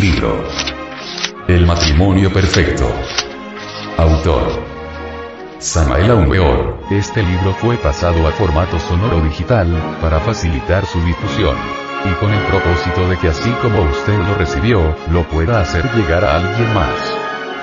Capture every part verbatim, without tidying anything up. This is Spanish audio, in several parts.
libro. El matrimonio perfecto. Autor: Samael Aumbeor. Este libro fue pasado a formato sonoro digital, para facilitar su difusión. Y con el propósito de que así como usted lo recibió, lo pueda hacer llegar a alguien más.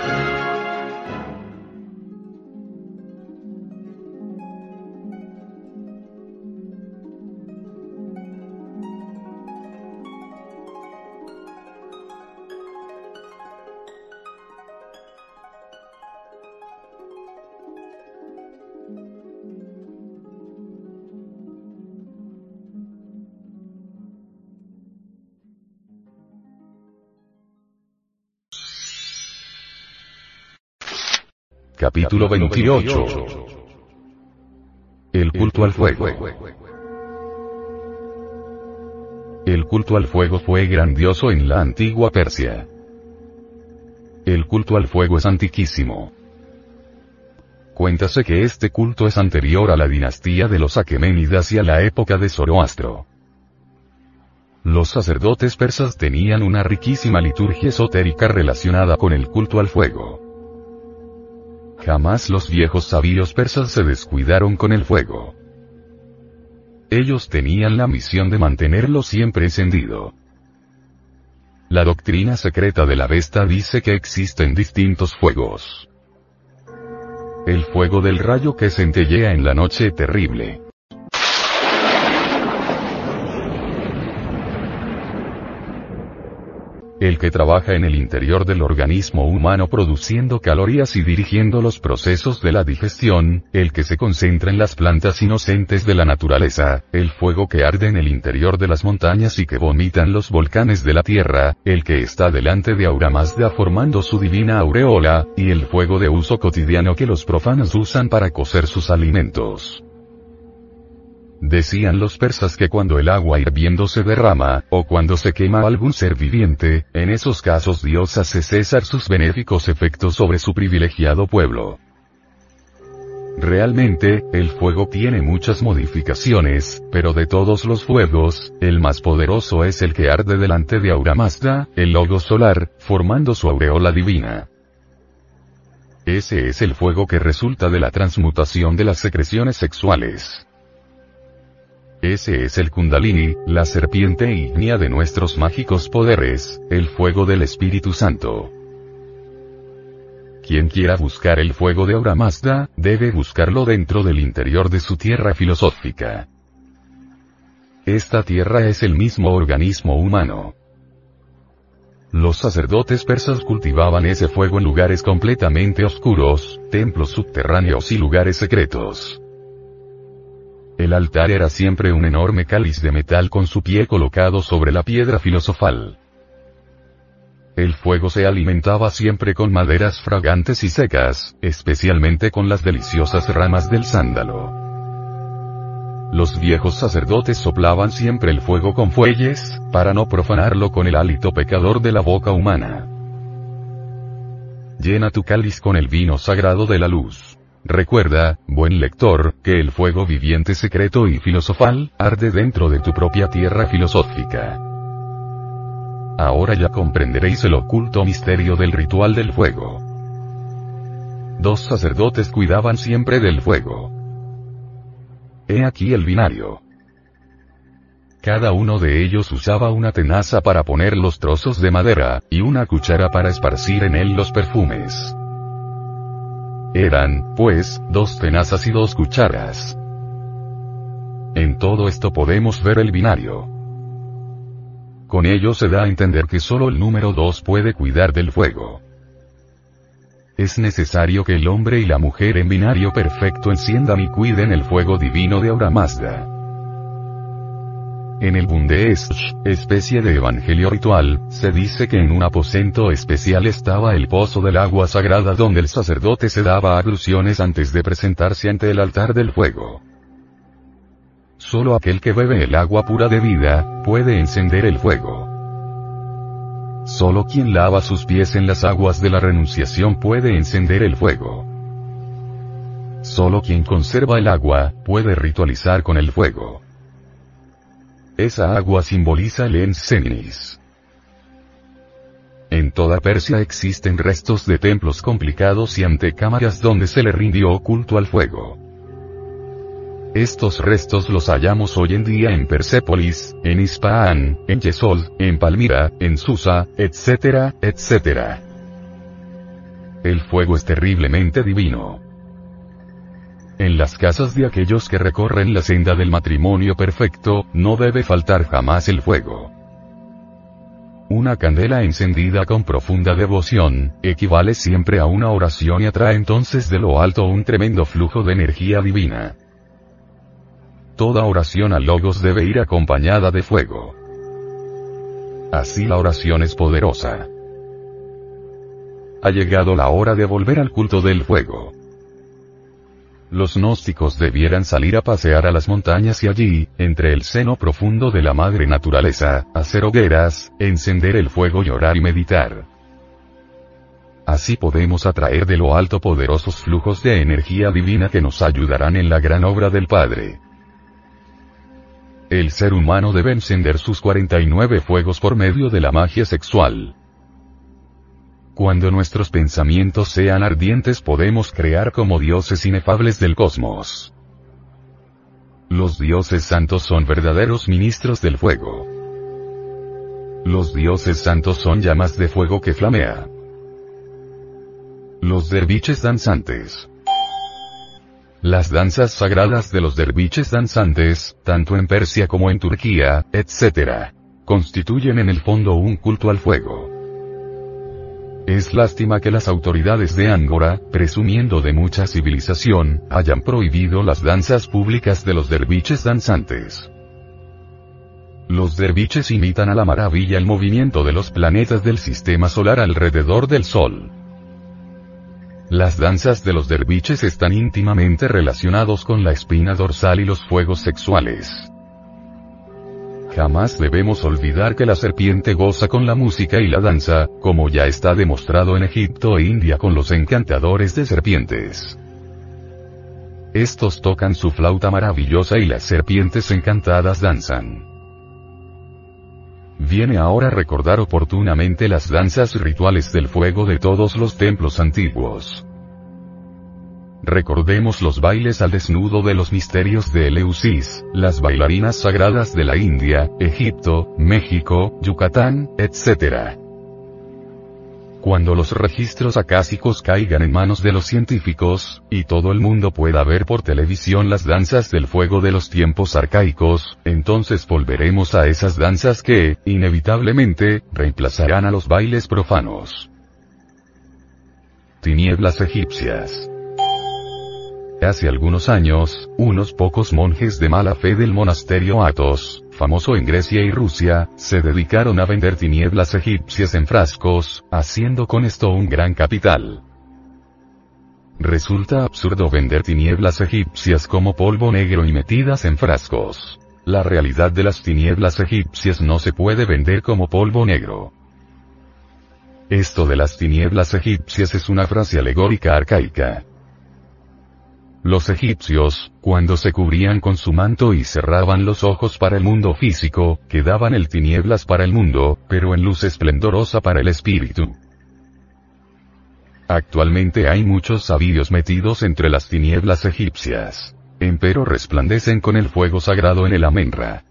Capítulo veintiocho. El culto al fuego. El culto al fuego fue grandioso en la antigua Persia. El culto al fuego es antiquísimo. Cuéntase que este culto es anterior a la dinastía de los Aqueménidas y a la época de Zoroastro. Los sacerdotes persas tenían una riquísima liturgia esotérica relacionada con el culto al fuego. Jamás los viejos sabios persas se descuidaron con el fuego. Ellos tenían la misión de mantenerlo siempre encendido. La doctrina secreta de la Vesta dice que existen distintos fuegos. El fuego del rayo que centellea en la noche terrible. El que trabaja en el interior del organismo humano produciendo calorías y dirigiendo los procesos de la digestión, el que se concentra en las plantas inocentes de la naturaleza, el fuego que arde en el interior de las montañas y que vomitan los volcanes de la tierra, el que está delante de Ahura Mazda formando su divina aureola, y el fuego de uso cotidiano que los profanos usan para cocer sus alimentos. Decían los persas que cuando el agua hirviendo se derrama, o cuando se quema algún ser viviente, en esos casos Dios hace cesar sus benéficos efectos sobre su privilegiado pueblo. Realmente, el fuego tiene muchas modificaciones, pero de todos los fuegos, el más poderoso es el que arde delante de Ahura Mazda, el logos solar, formando su aureola divina. Ese es el fuego que resulta de la transmutación de las secreciones sexuales. Ese es el Kundalini, la serpiente ígnea de nuestros mágicos poderes, el fuego del Espíritu Santo. Quien quiera buscar el fuego de Ahura Mazda, debe buscarlo dentro del interior de su tierra filosófica. Esta tierra es el mismo organismo humano. Los sacerdotes persas cultivaban ese fuego en lugares completamente oscuros, templos subterráneos y lugares secretos. El altar era siempre un enorme cáliz de metal con su pie colocado sobre la piedra filosofal. El fuego se alimentaba siempre con maderas fragantes y secas, especialmente con las deliciosas ramas del sándalo. Los viejos sacerdotes soplaban siempre el fuego con fuelles, para no profanarlo con el hálito pecador de la boca humana. Llena tu cáliz con el vino sagrado de la luz. Recuerda, buen lector, que el fuego viviente secreto y filosofal, arde dentro de tu propia tierra filosófica. Ahora ya comprenderéis el oculto misterio del ritual del fuego. Dos sacerdotes cuidaban siempre del fuego. He aquí el binario. Cada uno de ellos usaba una tenaza para poner los trozos de madera, y una cuchara para esparcir en él los perfumes. Eran, pues, dos tenazas y dos cucharas. En todo esto podemos ver el binario. Con ello se da a entender que solo el número dos puede cuidar del fuego. Es necesario que el hombre y la mujer en binario perfecto enciendan y cuiden el fuego divino de Ahura Mazda. En el Bundesh, especie de evangelio ritual, se dice que en un aposento especial estaba el pozo del agua sagrada donde el sacerdote se daba abluciones antes de presentarse ante el altar del fuego. Solo aquel que bebe el agua pura de vida, puede encender el fuego. Solo quien lava sus pies en las aguas de la renunciación puede encender el fuego. Solo quien conserva el agua, puede ritualizar con el fuego. Esa agua simboliza el Encenis. En toda Persia existen restos de templos complicados y antecámaras donde se le rindió culto al fuego. Estos restos los hallamos hoy en día en Persépolis, en Ispahan, en Yesod, en Palmira, en Susa, etcétera, etcétera. El fuego es terriblemente divino. En las casas de aquellos que recorren la senda del matrimonio perfecto, no debe faltar jamás el fuego. Una candela encendida con profunda devoción, equivale siempre a una oración y atrae entonces de lo alto un tremendo flujo de energía divina. Toda oración al Logos debe ir acompañada de fuego. Así la oración es poderosa. Ha llegado la hora de volver al culto del fuego. Los gnósticos debieran salir a pasear a las montañas y allí, entre el seno profundo de la madre naturaleza, hacer hogueras, encender el fuego y orar y meditar. Así podemos atraer de lo alto poderosos flujos de energía divina que nos ayudarán en la gran obra del Padre. El ser humano debe encender sus cuarenta y nueve fuegos por medio de la magia sexual. Cuando nuestros pensamientos sean ardientes podemos crear como dioses inefables del cosmos. Los dioses santos son verdaderos ministros del fuego. Los dioses santos son llamas de fuego que flamea. Los derviches danzantes. Las danzas sagradas de los derviches danzantes, tanto en Persia como en Turquía, etcétera, constituyen en el fondo un culto al fuego. Es lástima que las autoridades de Angora, presumiendo de mucha civilización, hayan prohibido las danzas públicas de los derviches danzantes. Los derviches imitan a la maravilla el movimiento de los planetas del sistema solar alrededor del Sol. Las danzas de los derviches están íntimamente relacionados con la espina dorsal y los fuegos sexuales. Jamás debemos olvidar que la serpiente goza con la música y la danza, como ya está demostrado en Egipto e India con los encantadores de serpientes. Estos tocan su flauta maravillosa y las serpientes encantadas danzan. Viene ahora recordar oportunamente las danzas rituales del fuego de todos los templos antiguos. Recordemos los bailes al desnudo de los misterios de Eleusis, las bailarinas sagradas de la India, Egipto, México, Yucatán, etcétera. Cuando los registros acásicos caigan en manos de los científicos, y todo el mundo pueda ver por televisión las danzas del fuego de los tiempos arcaicos, entonces volveremos a esas danzas que, inevitablemente, reemplazarán a los bailes profanos. Tinieblas egipcias. Hace algunos años, unos pocos monjes de mala fe del monasterio Athos, famoso en Grecia y Rusia, se dedicaron a vender tinieblas egipcias en frascos, haciendo con esto un gran capital. Resulta absurdo vender tinieblas egipcias como polvo negro y metidas en frascos. La realidad de las tinieblas egipcias no se puede vender como polvo negro. Esto de las tinieblas egipcias es una frase alegórica arcaica. Los egipcios, cuando se cubrían con su manto y cerraban los ojos para el mundo físico, quedaban en tinieblas para el mundo, pero en luz esplendorosa para el espíritu. Actualmente hay muchos sabios metidos entre las tinieblas egipcias. Empero resplandecen con el fuego sagrado en el Amenra.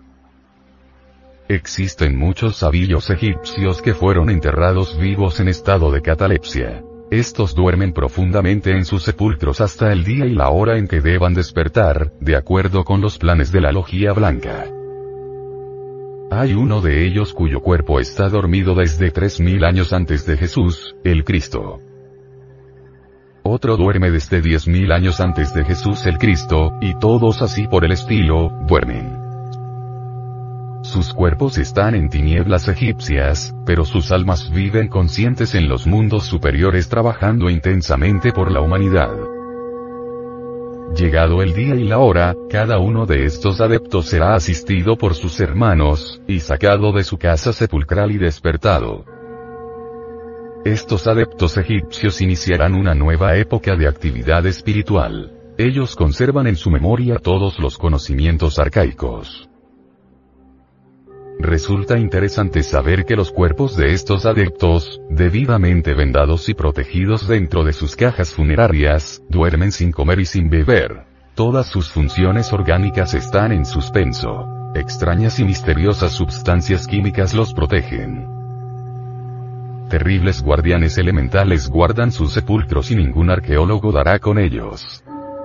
Existen muchos sabillos egipcios que fueron enterrados vivos en estado de catalepsia. Estos duermen profundamente en sus sepulcros hasta el día y la hora en que deban despertar, de acuerdo con los planes de la Logia Blanca. Hay uno de ellos cuyo cuerpo está dormido desde tres mil años antes de Jesús, el Cristo. Otro duerme desde diez mil años antes de Jesús el Cristo, y todos así por el estilo, duermen. Sus cuerpos están en tinieblas egipcias, pero sus almas viven conscientes en los mundos superiores trabajando intensamente por la humanidad. Llegado el día y la hora, cada uno de estos adeptos será asistido por sus hermanos, y sacado de su casa sepulcral y despertado. Estos adeptos egipcios iniciarán una nueva época de actividad espiritual. Ellos conservan en su memoria todos los conocimientos arcaicos. Resulta interesante saber que los cuerpos de estos adeptos, debidamente vendados y protegidos dentro de sus cajas funerarias, duermen sin comer y sin beber. Todas sus funciones orgánicas están en suspenso. Extrañas y misteriosas sustancias químicas los protegen. Terribles guardianes elementales guardan sus sepulcros y ningún arqueólogo dará con ellos.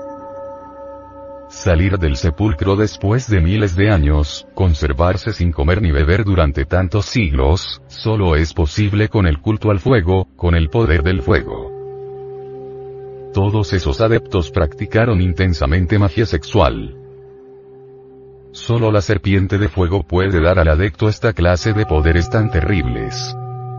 Salir del sepulcro después de miles de años, conservarse sin comer ni beber durante tantos siglos, solo es posible con el culto al fuego, con el poder del fuego. Todos esos adeptos practicaron intensamente magia sexual. Solo la serpiente de fuego puede dar al adepto esta clase de poderes tan terribles.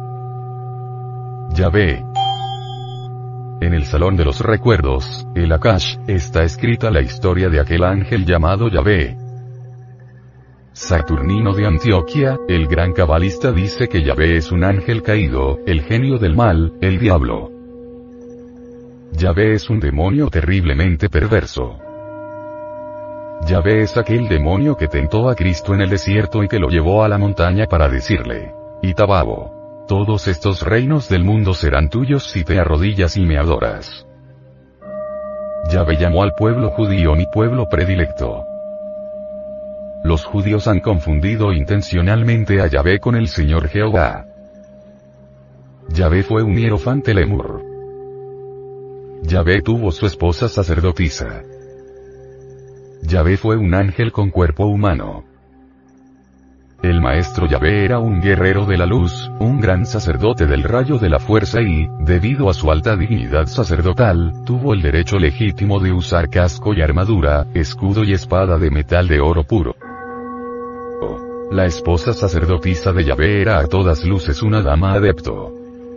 Yahvé. En el Salón de los Recuerdos, el Akash, está escrita la historia de aquel ángel llamado Yahvé. Saturnino de Antioquia, el gran cabalista, dice que Yahvé es un ángel caído, el genio del mal, el diablo. Yahvé es un demonio terriblemente perverso. Yahvé es aquel demonio que tentó a Cristo en el desierto y que lo llevó a la montaña para decirle: Itababo. Todos estos reinos del mundo serán tuyos si te arrodillas y me adoras. Yahvé llamó al pueblo judío mi pueblo predilecto. Los judíos han confundido intencionalmente a Yahvé con el Señor Jehová. Yahvé fue un hierofante lemur. Yahvé tuvo su esposa sacerdotisa. Yahvé fue un ángel con cuerpo humano. El maestro Yahvé era un guerrero de la luz, un gran sacerdote del rayo de la fuerza y, debido a su alta dignidad sacerdotal, tuvo el derecho legítimo de usar casco y armadura, escudo y espada de metal de oro puro. La esposa sacerdotisa de Yahvé era a todas luces una dama adepto.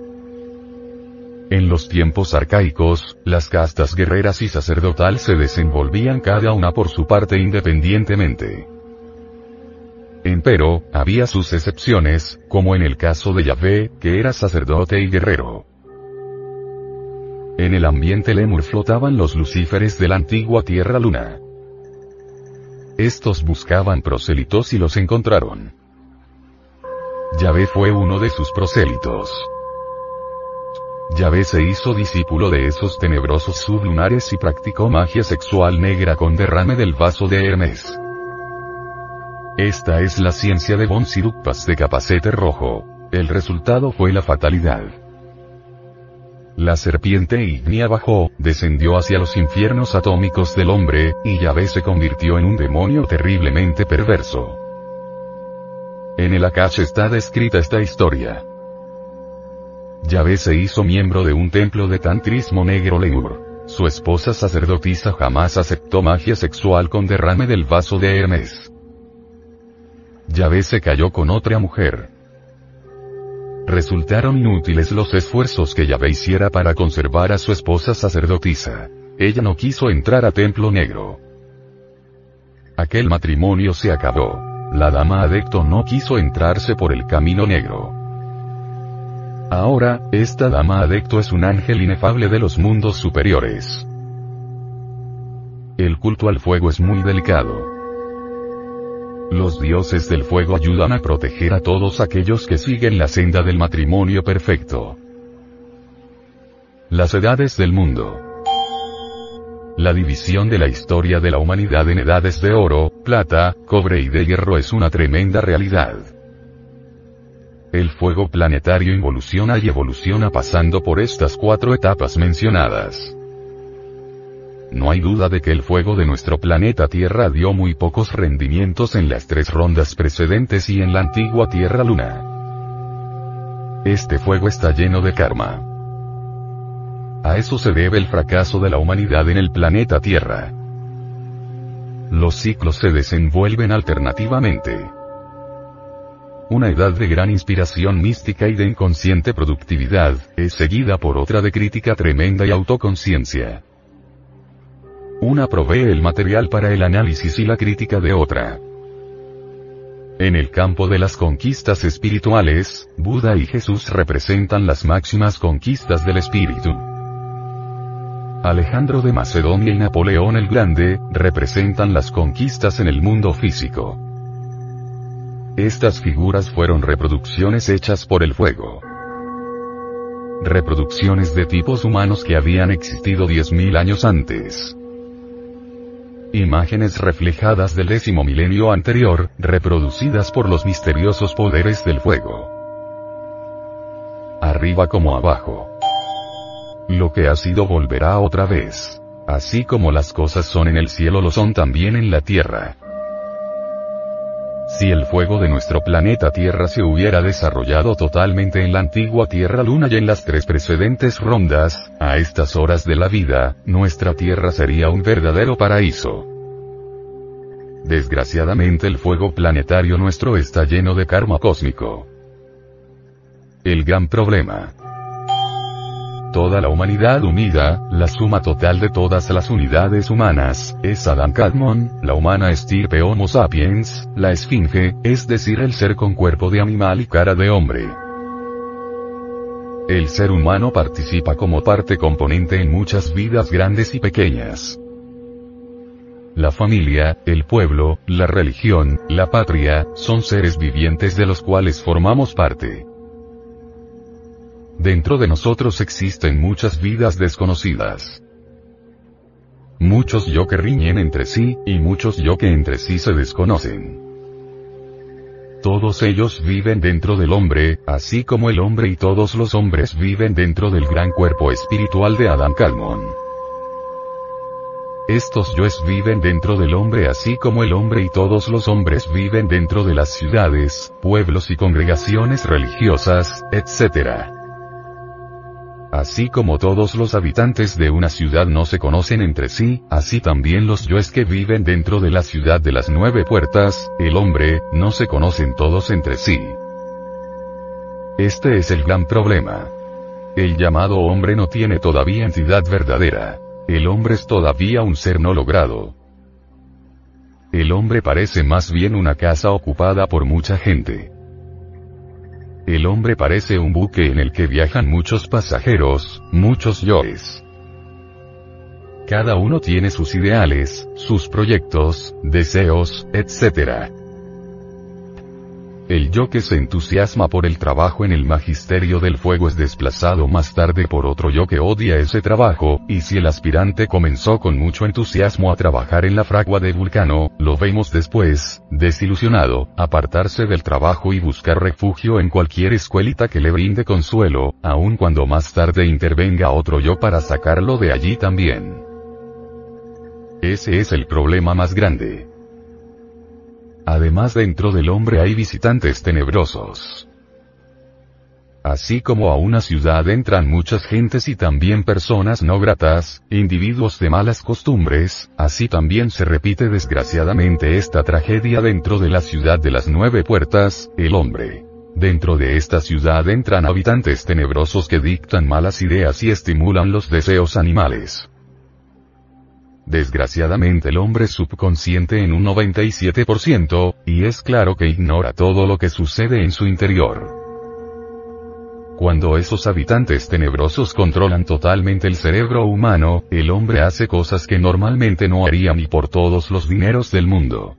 En los tiempos arcaicos, las castas guerreras y sacerdotal se desenvolvían cada una por su parte independientemente. Empero, había sus excepciones, como en el caso de Yahvé, que era sacerdote y guerrero. En el ambiente lemur flotaban los lucíferes de la antigua Tierra-Luna. Estos buscaban prosélitos y los encontraron. Yahvé fue uno de sus prosélitos. Yahvé se hizo discípulo de esos tenebrosos sublunares y practicó magia sexual negra con derrame del vaso de Hermes. Esta es la ciencia de Bonsidukpas de Capacete Rojo. El resultado fue la fatalidad. La serpiente ígnea bajó, descendió hacia los infiernos atómicos del hombre, y Yahvé se convirtió en un demonio terriblemente perverso. En el Akash está descrita esta historia. Yahvé se hizo miembro de un templo de tantrismo negro lemur. Su esposa sacerdotisa jamás aceptó magia sexual con derrame del vaso de Hermes. Yahvé se cayó con otra mujer. Resultaron inútiles los esfuerzos que Yahvé hiciera para conservar a su esposa sacerdotisa. Ella no quiso entrar a Templo Negro. Aquel matrimonio se acabó. La dama adepto no quiso entrarse por el camino negro. Ahora, esta dama adepto es un ángel inefable de los mundos superiores. El culto al fuego es muy delicado. Los dioses del fuego ayudan a proteger a todos aquellos que siguen la senda del matrimonio perfecto. Las edades del mundo. La división de la historia de la humanidad en edades de oro, plata, cobre y de hierro es una tremenda realidad. El fuego planetario involuciona y evoluciona pasando por estas cuatro etapas mencionadas. No hay duda de que el fuego de nuestro planeta Tierra dio muy pocos rendimientos en las tres rondas precedentes y en la antigua Tierra-Luna. Este fuego está lleno de karma. A eso se debe el fracaso de la humanidad en el planeta Tierra. Los ciclos se desenvuelven alternativamente. Una edad de gran inspiración mística y de inconsciente productividad, es seguida por otra de crítica tremenda y autoconciencia. Una provee el material para el análisis y la crítica de otra. En el campo de las conquistas espirituales, Buda y Jesús representan las máximas conquistas del espíritu. Alejandro de Macedonia y Napoleón el Grande, representan las conquistas en el mundo físico. Estas figuras fueron reproducciones hechas por el fuego. Reproducciones de tipos humanos que habían existido diez mil años antes. Imágenes reflejadas del décimo milenio anterior, reproducidas por los misteriosos poderes del fuego. Arriba como abajo. Lo que ha sido volverá otra vez. Así como las cosas son en el cielo lo son también en la tierra. Si el fuego de nuestro planeta Tierra se hubiera desarrollado totalmente en la antigua Tierra-Luna y en las tres precedentes rondas, a estas horas de la vida, nuestra Tierra sería un verdadero paraíso. Desgraciadamente el fuego planetario nuestro está lleno de karma cósmico. El gran problema. Toda la humanidad unida, la suma total de todas las unidades humanas, es Adán Kadmon, la humana estirpe Homo sapiens, la esfinge, es decir el ser con cuerpo de animal y cara de hombre. El ser humano participa como parte componente en muchas vidas grandes y pequeñas. La familia, el pueblo, la religión, la patria, son seres vivientes de los cuales formamos parte. Dentro de nosotros existen muchas vidas desconocidas. Muchos yo que riñen entre sí, y muchos yo que entre sí se desconocen. Todos ellos viven dentro del hombre, así como el hombre y todos los hombres viven dentro del gran cuerpo espiritual de Adán Kadmon. Estos yoes viven dentro del hombre así como el hombre y todos los hombres viven dentro de las ciudades, pueblos y congregaciones religiosas, etcétera. Así como todos los habitantes de una ciudad no se conocen entre sí, así también los yoes que viven dentro de la ciudad de las nueve puertas, el hombre, no se conocen todos entre sí. Este es el gran problema. El llamado hombre no tiene todavía entidad verdadera. El hombre es todavía un ser no logrado. El hombre parece más bien una casa ocupada por mucha gente. El hombre parece un buque en el que viajan muchos pasajeros, muchos yoes. Cada uno tiene sus ideales, sus proyectos, deseos, etcétera. El yo que se entusiasma por el trabajo en el magisterio del fuego es desplazado más tarde por otro yo que odia ese trabajo, y si el aspirante comenzó con mucho entusiasmo a trabajar en la fragua de Vulcano, lo vemos después, desilusionado, apartarse del trabajo y buscar refugio en cualquier escuelita que le brinde consuelo, aun cuando más tarde intervenga otro yo para sacarlo de allí también. Ese es el problema más grande. Además dentro del hombre hay visitantes tenebrosos. Así como a una ciudad entran muchas gentes y también personas no gratas, individuos de malas costumbres, así también se repite desgraciadamente esta tragedia dentro de la ciudad de las nueve puertas, el hombre. Dentro de esta ciudad entran habitantes tenebrosos que dictan malas ideas y estimulan los deseos animales. Desgraciadamente el hombre es subconsciente en un noventa y siete por ciento, y es claro que ignora todo lo que sucede en su interior. Cuando esos habitantes tenebrosos controlan totalmente el cerebro humano, el hombre hace cosas que normalmente no haría ni por todos los dineros del mundo.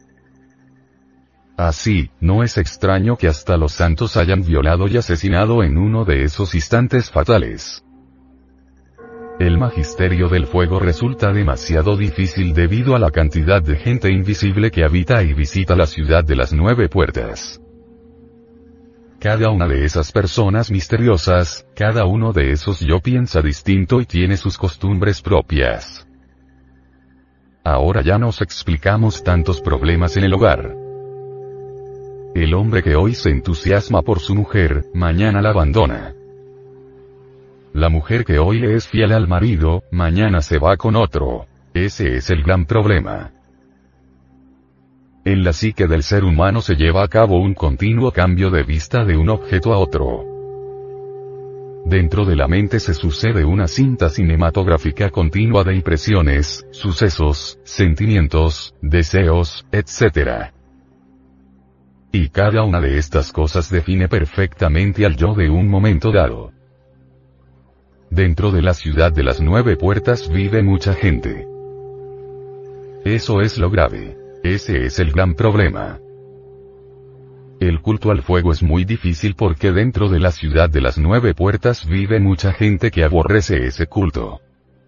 Así, no es extraño que hasta los santos hayan violado y asesinado en uno de esos instantes fatales. El magisterio del fuego resulta demasiado difícil debido a la cantidad de gente invisible que habita y visita la ciudad de las nueve puertas. Cada una de esas personas misteriosas, cada uno de esos yo piensa distinto y tiene sus costumbres propias. Ahora ya nos explicamos tantos problemas en el hogar. El hombre que hoy se entusiasma por su mujer, mañana la abandona. La mujer que hoy le es fiel al marido, mañana se va con otro. Ese es el gran problema. En la psique del ser humano se lleva a cabo un continuo cambio de vista de un objeto a otro. Dentro de la mente se sucede una cinta cinematográfica continua de impresiones, sucesos, sentimientos, deseos, etcétera. Y cada una de estas cosas define perfectamente al yo de un momento dado. Dentro de la ciudad de las nueve puertas vive mucha gente. Eso es lo grave. Ese es el gran problema. El culto al fuego es muy difícil porque dentro de la ciudad de las nueve puertas vive mucha gente que aborrece ese culto.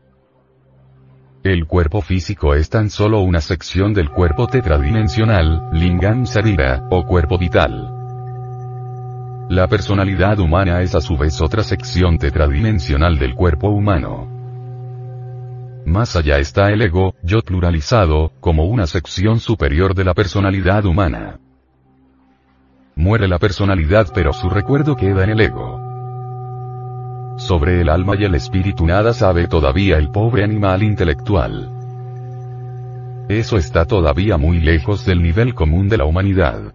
El cuerpo físico es tan solo una sección del cuerpo tetradimensional, Lingam Sarira, o cuerpo vital. La personalidad humana es a su vez otra sección tetradimensional del cuerpo humano. Más allá está el ego, yo pluralizado, como una sección superior de la personalidad humana. Muere la personalidad pero su recuerdo queda en el ego. Sobre el alma y el espíritu nada sabe todavía el pobre animal intelectual. Eso está todavía muy lejos del nivel común de la humanidad.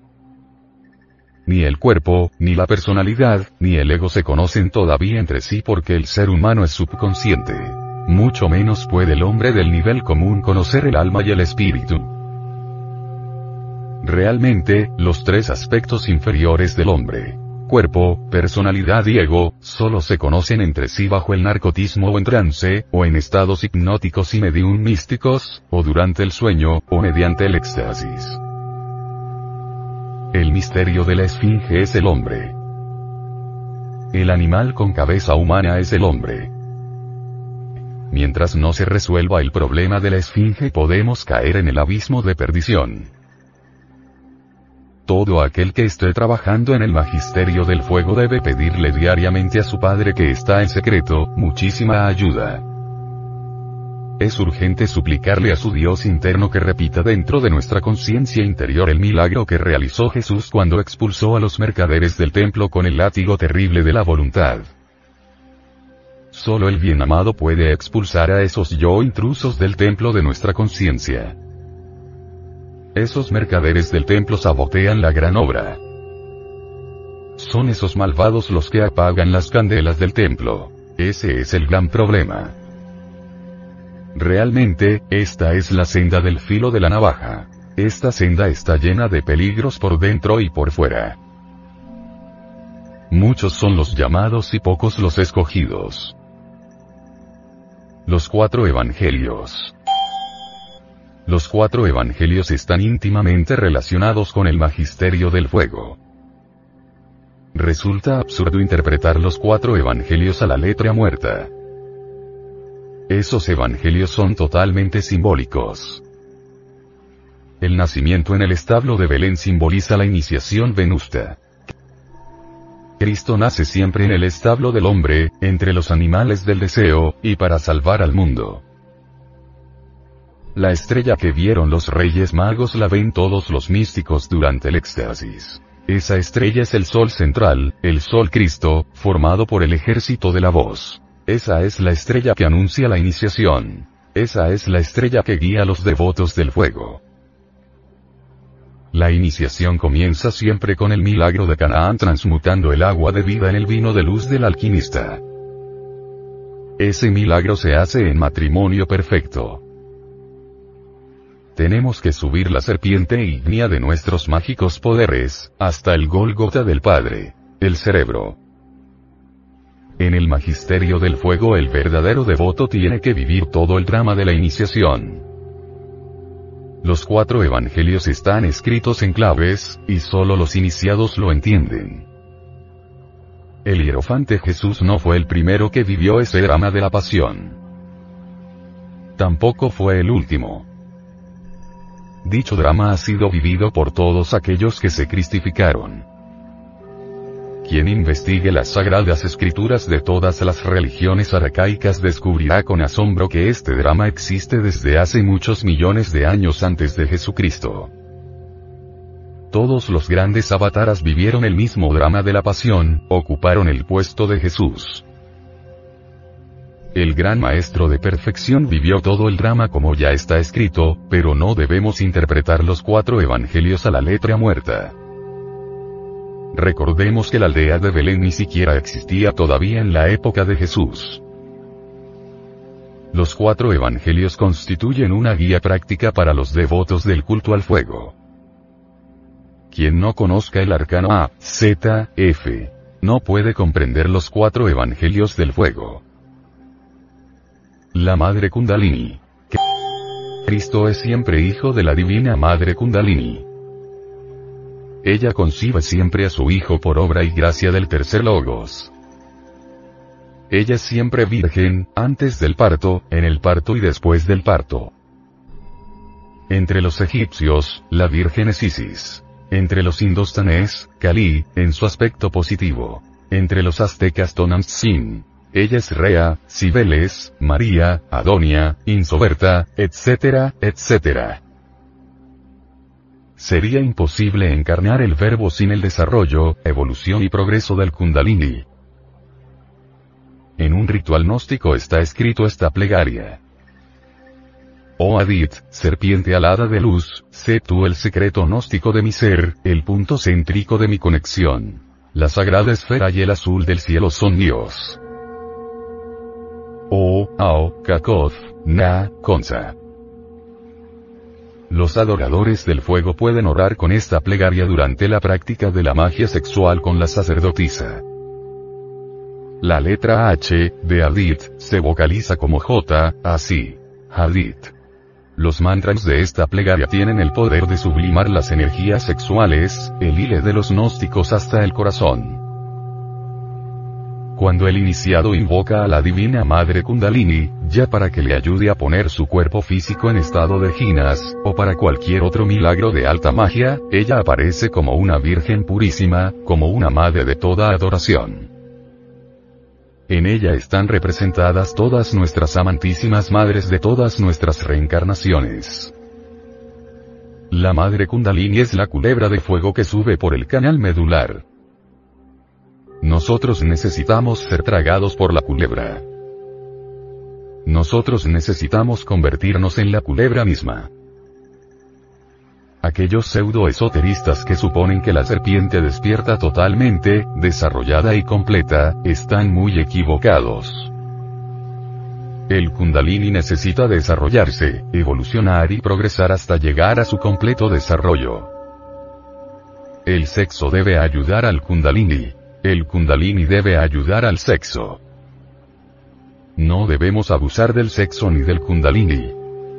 Ni el cuerpo, ni la personalidad, ni el ego se conocen todavía entre sí porque el ser humano es subconsciente. Mucho menos puede el hombre del nivel común conocer el alma y el espíritu. Realmente, los tres aspectos inferiores del hombre, cuerpo, personalidad y ego, solo se conocen entre sí bajo el narcotismo o en trance, o en estados hipnóticos y medium místicos, o durante el sueño, o mediante el éxtasis. El misterio de la esfinge es el hombre. El animal con cabeza humana es el hombre. Mientras no se resuelva el problema de la esfinge podemos caer en el abismo de perdición. Todo aquel que esté trabajando en el magisterio del fuego debe pedirle diariamente a su Padre que está en secreto, muchísima ayuda. Es urgente suplicarle a su Dios interno que repita dentro de nuestra conciencia interior el milagro que realizó Jesús cuando expulsó a los mercaderes del templo con el látigo terrible de la voluntad. Solo el bien amado puede expulsar a esos yo intrusos del templo de nuestra conciencia. Esos mercaderes del templo sabotean la gran obra. Son esos malvados los que apagan las candelas del templo. Ese es el gran problema. Realmente, esta es la senda del filo de la navaja. Esta senda está llena de peligros por dentro y por fuera. Muchos son los llamados y pocos los escogidos. Los cuatro evangelios. Los cuatro evangelios están íntimamente relacionados con el magisterio del fuego. Resulta absurdo interpretar los cuatro evangelios a la letra muerta. Esos evangelios son totalmente simbólicos. El nacimiento en el establo de Belén simboliza la iniciación venusta. Cristo nace siempre en el establo del hombre, entre los animales del deseo, y para salvar al mundo. La estrella que vieron los Reyes Magos la ven todos los místicos durante el éxtasis. Esa estrella es el Sol central, el Sol Cristo, formado por el ejército de la voz. Esa es la estrella que anuncia la iniciación. Esa es la estrella que guía a los devotos del fuego. La iniciación comienza siempre con el milagro de Canaán transmutando el agua de vida en el vino de luz del alquimista. Ese milagro se hace en matrimonio perfecto. Tenemos que subir la serpiente ígnea de nuestros mágicos poderes, hasta el Gólgota del Padre, el cerebro. En el magisterio del fuego el verdadero devoto tiene que vivir todo el drama de la iniciación. Los cuatro evangelios están escritos en claves, y solo los iniciados lo entienden. El hierofante Jesús no fue el primero que vivió ese drama de la pasión. Tampoco fue el último. Dicho drama ha sido vivido por todos aquellos que se cristificaron. Quien investigue las sagradas escrituras de todas las religiones arcaicas descubrirá con asombro que este drama existe desde hace muchos millones de años antes de Jesucristo. Todos los grandes avataras vivieron el mismo drama de la pasión, ocuparon el puesto de Jesús. El gran maestro de perfección vivió todo el drama como ya está escrito, pero no debemos interpretar los cuatro evangelios a la letra muerta. Recordemos que la aldea de Belén ni siquiera existía todavía en la época de Jesús. Los cuatro evangelios constituyen una guía práctica para los devotos del culto al fuego. Quien no conozca el arcano A, Z, F, no puede comprender los cuatro evangelios del fuego. La Madre Kundalini. Cristo es siempre hijo de la Divina Madre Kundalini. Ella concibe siempre a su hijo por obra y gracia del tercer logos. Ella es siempre virgen, antes del parto, en el parto y después del parto. Entre los egipcios, la virgen es Isis. Entre los indostanes, Kali, en su aspecto positivo. Entre los aztecas Tonantzin. Ella es Rea, Cibeles, María, Adonia, Insoberta, etcétera, etcétera. Sería imposible encarnar el verbo sin el desarrollo, evolución y progreso del Kundalini. En un ritual gnóstico está escrito esta plegaria. Oh Adit, serpiente alada de luz, sé tú el secreto gnóstico de mi ser, el punto céntrico de mi conexión. La sagrada esfera y el azul del cielo son Dios. Oh, Ao, Kakoth, Na, Konsa. Los adoradores del fuego pueden orar con esta plegaria durante la práctica de la magia sexual con la sacerdotisa. La letra H, de Hadith, se vocaliza como J, así. Hadith. Los mantras de esta plegaria tienen el poder de sublimar las energías sexuales, el hile de los gnósticos hasta el corazón. Cuando el iniciado invoca a la Divina Madre Kundalini, ya para que le ayude a poner su cuerpo físico en estado de jinas, o para cualquier otro milagro de alta magia, ella aparece como una Virgen purísima, como una madre de toda adoración. En ella están representadas todas nuestras amantísimas madres de todas nuestras reencarnaciones. La Madre Kundalini es la culebra de fuego que sube por el canal medular. Nosotros necesitamos ser tragados por la culebra. Nosotros necesitamos convertirnos en la culebra misma. Aquellos pseudo-esoteristas que suponen que la serpiente despierta totalmente, desarrollada y completa, están muy equivocados. El Kundalini necesita desarrollarse, evolucionar y progresar hasta llegar a su completo desarrollo. El sexo debe ayudar al Kundalini. El Kundalini debe ayudar al sexo. No debemos abusar del sexo ni del Kundalini.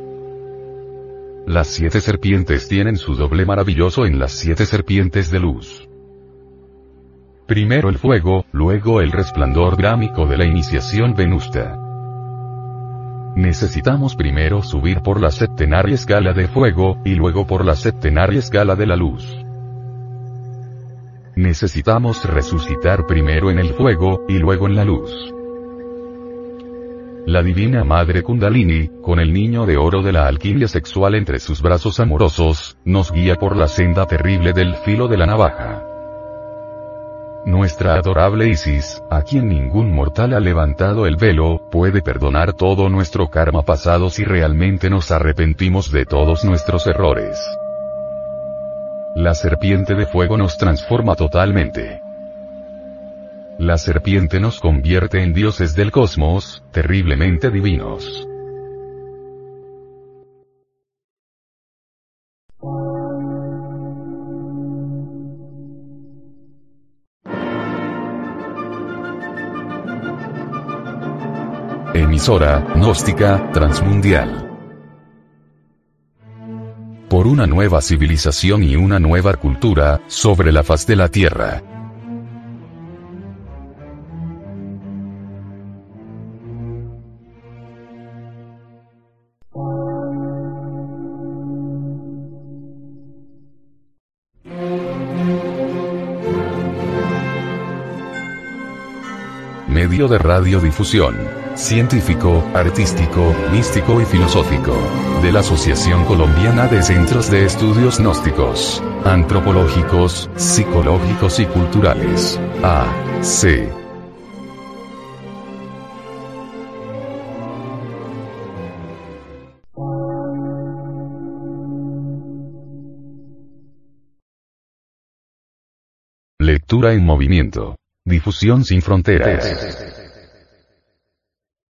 Las siete serpientes tienen su doble maravilloso en las siete serpientes de luz. Primero el fuego, luego el resplandor brámico de la iniciación venusta. Necesitamos primero subir por la septenaria escala de fuego, y luego por la septenaria escala de la luz. Necesitamos resucitar primero en el fuego, y luego en la luz. La Divina Madre Kundalini, con el niño de oro de la alquimia sexual entre sus brazos amorosos, nos guía por la senda terrible del filo de la navaja. Nuestra adorable Isis, a quien ningún mortal ha levantado el velo, puede perdonar todo nuestro karma pasado si realmente nos arrepentimos de todos nuestros errores. La serpiente de fuego nos transforma totalmente. La serpiente nos convierte en dioses del cosmos, terriblemente divinos. Emisora gnóstica transmundial. Por una nueva civilización y una nueva cultura, sobre la faz de la Tierra. Medio de radiodifusión, científico, artístico, místico y filosófico, de la Asociación Colombiana de Centros de Estudios Gnósticos, Antropológicos, Psicológicos y Culturales, A C Lectura en movimiento. Difusión sin fronteras.